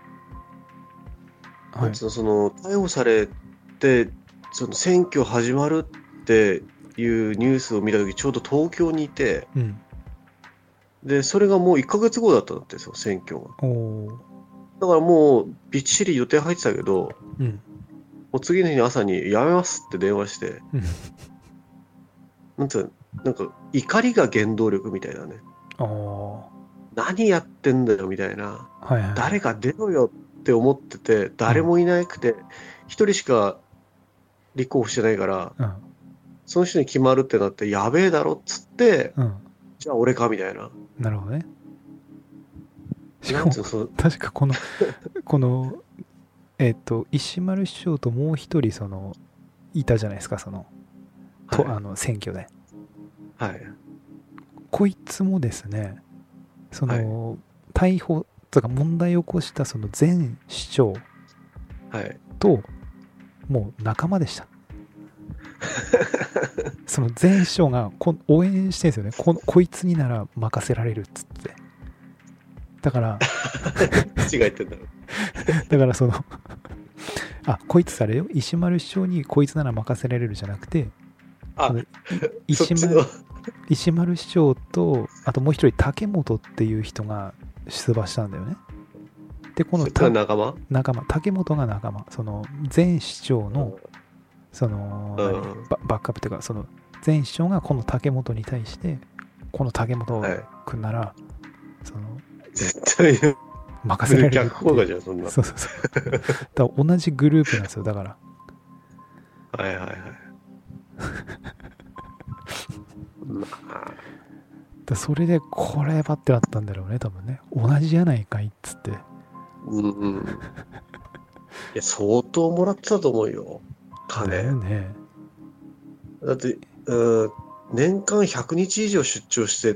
B: はい、その逮捕されて、その選挙始まるっていうニュースを見たとき、ちょうど東京にいて、うん、で、それがもういっかげつごだったんだって、その選挙が。だからもうびっちり予定入ってたけど、うん、もう次の日の朝にやめますって電話して、うん、なんつうなんか怒りが原動力みたいなね。何やってんだよみたいな、はいはい、誰か出ろよって思ってて、誰もいなくて、一、うん、人しか立候補してないから、うん、その人に決まるってなって、やべえだろっつって、うん、じゃあ俺かみたいな。
A: なるほどね。しかも確かこのこのえっ、ー、と石丸市長ともう一人そのいたじゃないですか、その、はい、とあの選挙で、はい、こいつもですね、その、はい、逮捕とか問題を起こしたその前市長ともう仲間でした。その前市長がこ応援してるんですよね。ここいつになら任せられるっつって。だから
B: 違えてんだろ
A: だからそのあ、こいつあれよ、石丸市長にこいつなら任せられるじゃなくて、あ石丸石丸市長と、あともう一人竹本っていう人が出馬したんだよね。で、この
B: た仲間
A: 仲間、竹本が仲間、その前市長の、その、うん、バ, バックアップというか、その前市長がこの竹本に対して、この竹本君なら、はい、その、
B: 絶対任せられる。逆効果じゃん、そんな。
A: そうそうそう。だから同じグループなんですよ、だから。
B: はいはいはい。まあ。
A: だそれでこればってなったんだろうね、多分ね。同じやないかいっつって。
B: うんうん。いや、相当もらってたと思うよ、金。だよね。だって、うん、年間ひゃくにち以上出張してって、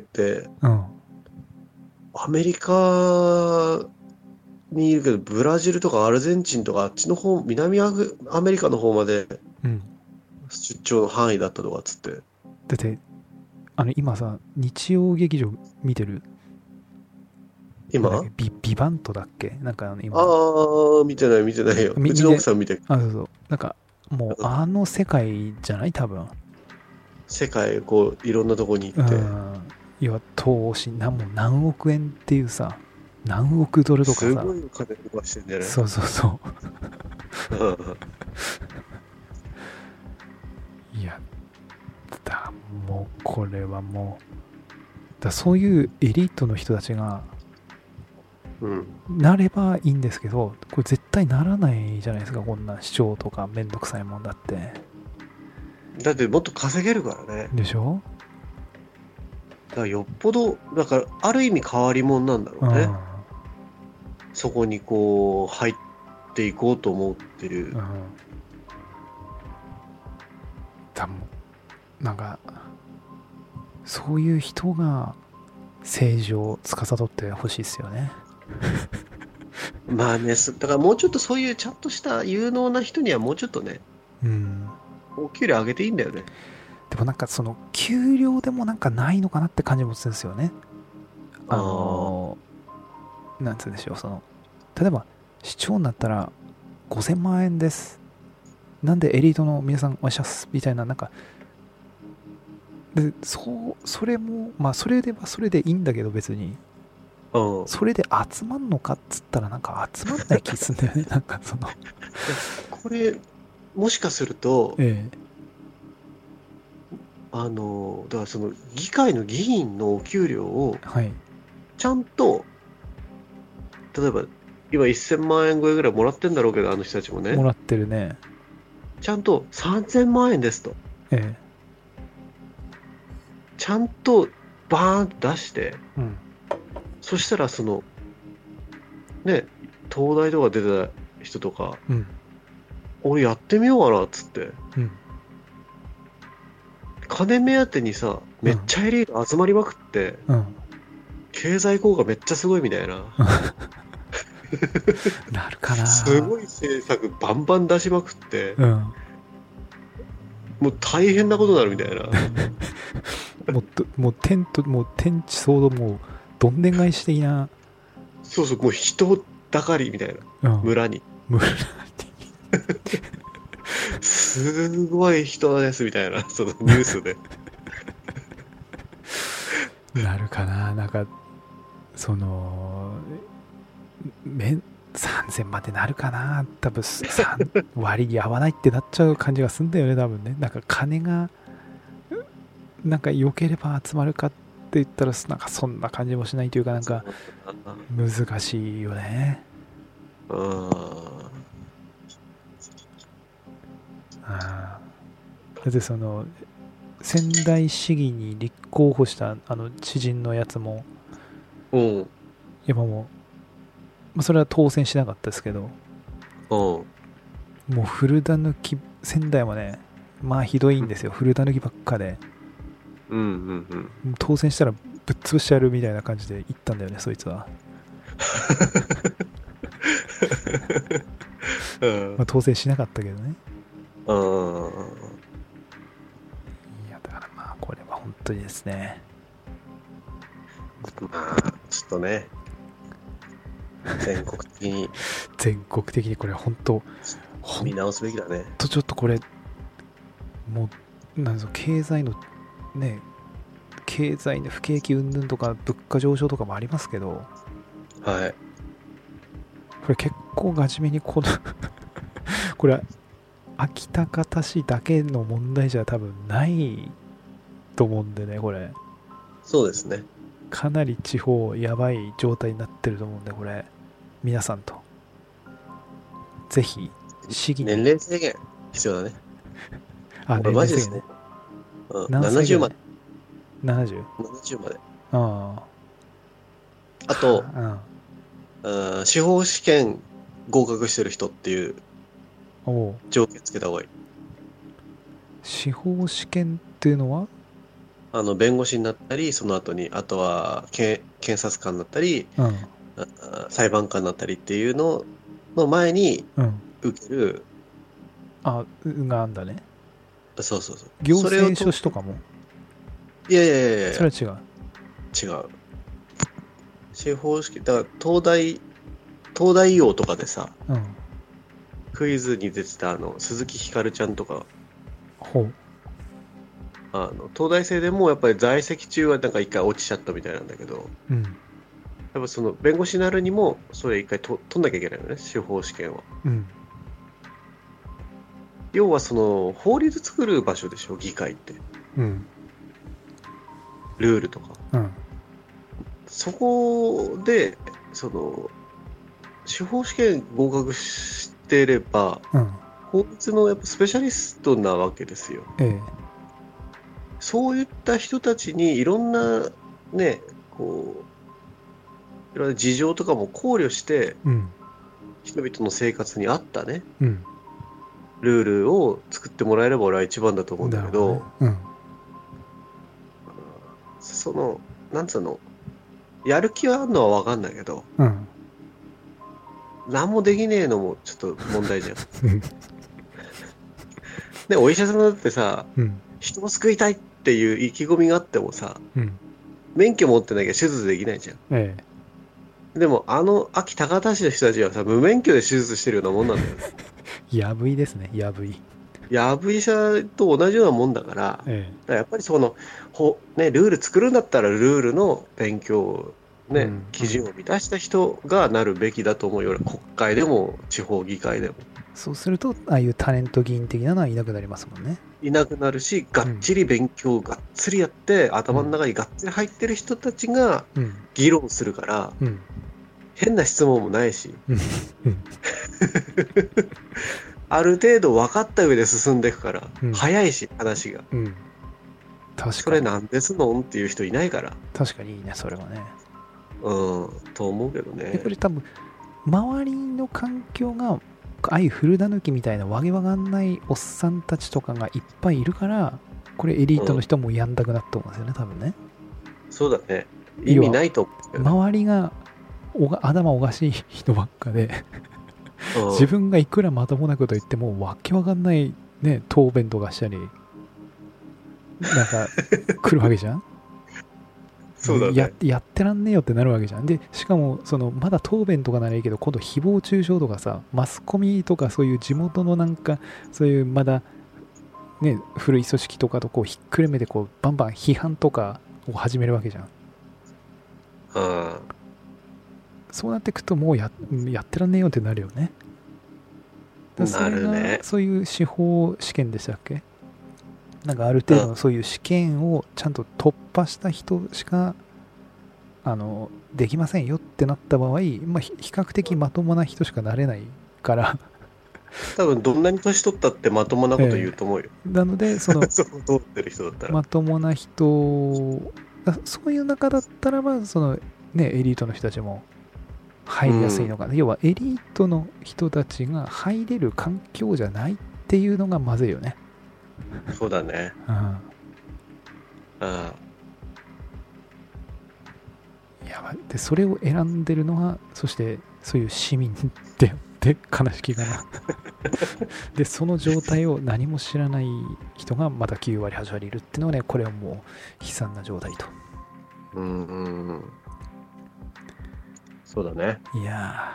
B: うん、アメリカにいるけど、ブラジルとかアルゼンチンとか、あっちの方、南アメリカの方まで出張の範囲だったとかっつって。うん、
A: だって、あの、今さ、日曜劇場見てる？
B: 今
A: ビビバントだっけなんか今。
B: ああ、見てない見てないよ。うちの奥さん見てる。
A: あ、そうそう。なんか、もうあの世界じゃない多分。
B: 世界、こう、いろんなとこに行って。うん。
A: 要は投資、何も何億円っていうさ、何億ドルとかさ。す
B: ごいお金飛ばしてんじゃない？
A: そうそうそう。いや、だ、もうこれはもう、だそういうエリートの人たちが、うん、なればいいんですけど、これ絶対ならないじゃないですか、こんな市長とかめんどくさいもんだって。
B: だってもっと稼げるからね。
A: でしょ？
B: だからよっぽど、だからある意味変わり者なんだろうね。うん、そこにこう入っていこうと思ってる。うん、
A: だもなんかそういう人が政治を司ってほしいですよね。
B: まあね、だからもうちょっとそういうちゃんとした有能な人にはもうちょっとね、うん、お給料上げていいんだよね。
A: でもなんかその給料でもなんかないのかなって感じもするんですよね。あのー、なんつうんでしょう、その例えば市長になったらごせんまんえんです。なんでエリートの皆さんお願いしますみたいな、なんかでそうそれもまあそれではそれでいいんだけど別に
B: うん、
A: それで集まんのかっつったらなんか集まんない気すんだよねなんかその
B: これもしかすると、
A: ええ、
B: あのだからその議会の議員のお給料を
A: はい
B: ちゃんと、例えば今せんまんえん超えぐらいもらってんだろうけど、あの人たちもね
A: もらってるね。
B: ちゃんとさんぜんまんえんですと、
A: ええ、
B: ちゃんとバーンと出して、
A: うん、
B: そしたらそのね東大とか出てた人とか、
A: うん、
B: 俺やってみようかなっつって、
A: うん、
B: 金目当てにさめっちゃエリート集まりまくって、
A: うん、
B: 経済効果めっちゃすごいみたいな
A: なるかな。
B: すごい政策バンバン出しまくって、
A: うん、
B: もう大変なことになるみたいな
A: もうどもう天ともう天地騒動、もうどんでん返し的な。
B: そうそう、もう人だかりみたいな、
A: うん、
B: 村に
A: 村に
B: すごい人ですみたいな、そのニュースで
A: なるかな。なんかそのめさんぜんまでなるかな。多分割に合わないってなっちゃう感じがすんだよね多分ね。なんか金がなんか良ければ集まるかって言ったらなんかそんな感じもしないというか、なんか難しいよね。
B: うん、
A: あだってその仙台市議に立候補したあの知人のやつも、
B: うん、
A: やっぱもう、まあ、それは当選しなかったですけど、
B: うん、
A: もう古田抜き、仙台もね、まあひどいんですよ、古田抜きばっかで、
B: うん、うん、うん。
A: もう当選したらぶっ潰してやるみたいな感じで言ったんだよね、そいつは。
B: うん
A: まあ当選しなかったけどね。
B: うん、
A: いや、だからまあ、これは本当にですね。
B: まあ、ちょっとね、全国的に
A: 全国的にこれ本当、
B: 見直すべきだね。
A: とちょっとこれ、もう、なんぞ経済のね、経済の不景気云々とか物価上昇とかもありますけど、
B: はい。
A: これ結構真面目にこのこれは秋田方市だけの問題じゃ多分ないと思うんでね、これ
B: そうですね。
A: かなり地方やばい状態になってると思うんで、これ皆さんとぜひ市議に
B: 年齢制限必要だね。
A: あ、年齢制限ね。
B: うん、ななじゅうまで。
A: ななじゅう?
B: ななじゅうまで。
A: あ
B: あと、
A: うん、
B: 司法試験合格してる人っていう条件つけた方がいい。
A: 司法試験っていうのは
B: あの弁護士になったり、その後にあとはけ検察官になったり、うん、裁判官になったりっていうのの前に受ける、うん、
A: あがあんだね。
B: そうそうそう。
A: 行政書士とかも。
B: いやいやいやいや、
A: それは
B: 違う。違う。司法試験だから東大東大王とかでさ、うん、クイズに出てたあの鈴木ひかるちゃんとか、
A: ほう、
B: あの東大生でもやっぱり在籍中はなんか一回落ちちゃったみたいなんだけど、うん、やっぱその弁護士になるにもそれ一回と取んなきゃいけないよね、司法試験は。うん、要はその法律作る場所でしょ、議会って。うん、ルールとか。うん、そこでその司法試験合格してれば、うん、法律のやっぱスペシャリストなわけですよ。ええ、そういった人たちにいろんなね、こういろんな事情とかも考慮して、うん、人々の生活に合ったね、うん、ルールを作ってもらえれば俺は一番だと思うんだけど、ね、うん、そのなんつうの、やる気はあるのは分かんないけど、うん、何もできねえのもちょっと問題じゃん。でお医者さんだってさ、うん、人を救いたいっていう意気込みがあってもさ、うん、免許持ってなきゃ手術できないじゃん。ええ、でもあの秋高田市の人たちはさ、無免許で手術してるようなもんなんだよ。
A: やぶ医ですね、やぶ医。
B: やぶ医者と同じようなもんだから、ええ、だからやっぱりそのほ、ね、ルール作るんだったらルールの勉強をね、うん、基準を満たした人がなるべきだと思うよ。国会でも地方議会でも。
A: そうするとああいうタレント議員的なのはいなくなりますもんね。
B: いなくなるし、がっちり勉強をがっつりやって、うん、頭の中にがっつり入ってる人たちが議論するから、うん、変な質問もないし、うん、ある程度分かった上で進んでいくから、うん、早いし話が、うん、確かにそれなんですのんっていう人いないから。
A: 確かにいいねそれはね。
B: うんと思うけどね。
A: これ多分周りの環境がああいう古田抜きみたいなわけわかんないおっさんたちとかがいっぱいいるからこれエリートの人もやんだくなったと思うんですよね、うん、多分ね。
B: そうだね。意味ないと思う、
A: ね、周りがおが頭おかしい人ばっかで自分がいくらまともなこと言ってもわけわかんないね答弁とかしたりなんか来るわけじゃん。
B: そうだね、
A: や, やってらんねえよってなるわけじゃん。でしかもそのまだ答弁とかならいいけど今度誹謗中傷とかさマスコミとかそういう地元のなんかそういうまだね古い組織とかとこうひっくるめてこうバンバン批判とかを始めるわけじゃん。
B: うん、
A: そうなってくともう や, やってらんねえよってなるよね。だそれがなるね。そういう司法試験でしたっけ。なんかある程度のそういう試験をちゃんと突破した人しかあのできませんよってなった場合、まあ、比較的まともな人しかなれないから
B: 多分どんなに年取ったってまともなこと言うと思うよ、
A: えー、なのでその
B: そこ通ってる人だったら
A: まともな人そういう中だったらばそのねエリートの人たちも入りやすいのかな、うん、要はエリートの人たちが入れる環境じゃないっていうのがまずいよね。
B: そうだね。うん。ああ。
A: やばい。で、それを選んでるのは、そしてそういう市民であって悲しきがな。で、その状態を何も知らない人がまたきゅうわりはちわりいるっていうのはね、これはもう悲惨な状態と。
B: うんうんうん。そうだね。
A: いや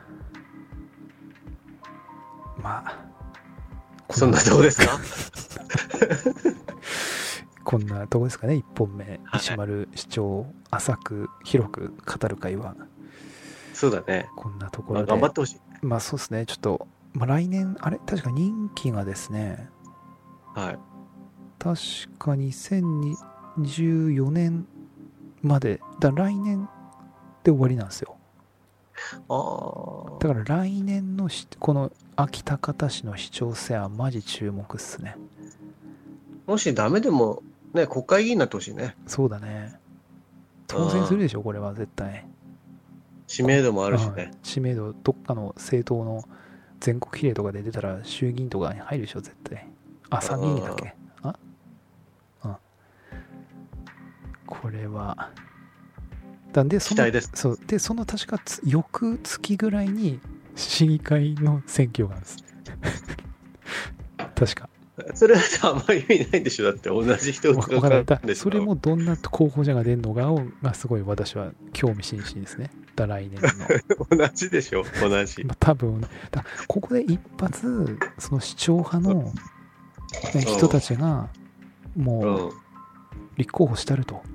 A: ー。まあ。
B: そんなとこですか
A: こんなとこですかね。いっぽんめ、石丸市長浅く広く語る会は。
B: そうだね。
A: こんなところで、
B: まあ、頑張ってほしい。
A: まあそうですね。ちょっと、まあ、来年あれ確か任期がですね、
B: はい
A: 確かにせんにじゅうよねんまでだ来年で終わりなんですよ。
B: あ
A: だから来年のこの安芸高田市の市長選はマジ注目っすね。
B: もしダメでもね国会議員になってほしいね。
A: そうだね。当選するでしょこれは絶対。
B: 知名度もあるしね。
A: 知名度どっかの政党の全国比例とかで出たら衆議院とかに入るでしょ絶対。あ参議院だっけ。ああこれはなんでその
B: 期待です。
A: そうでその確か翌月ぐらいに市議会の選挙があるんです確か
B: それはあんまり意味ないんでしょ。だって同じ人が
A: 分からない。それもどんな候補者が出るのかがすごい私は興味津々ですね。だ来年
B: の同じでしょ同じ、
A: まあ、多分だここで一発その市長派の人たちがもう立候補したると、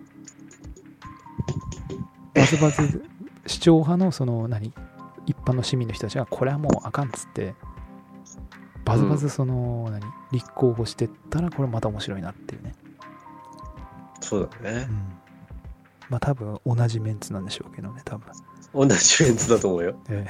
A: バズバズ市長派のその何一般の市民の人たちがこれはもうあかんっつってバズバズその、うん、何立候補してったらこれまた面白いなっていうね。
B: そうだね、うん、
A: まあ多分同じメンツなんでしょうけどね多分
B: 同じメンツだと思うよ、
A: え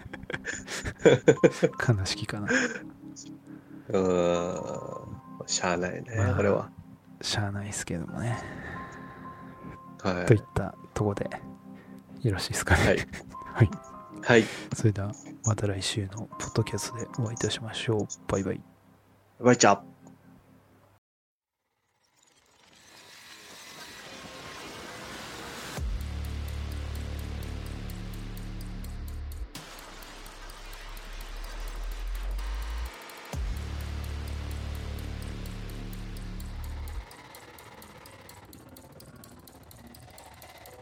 A: ー、悲しきかな。
B: うーんしゃあないね、まあ、これは
A: しゃあないですけどもね、
B: はい、
A: といったところでよろしいですかね。
B: はい
A: はい、
B: はい、
A: それではまた来週のポッドキャストでお会いいたしましょう。バイバイ。
B: バイチャー。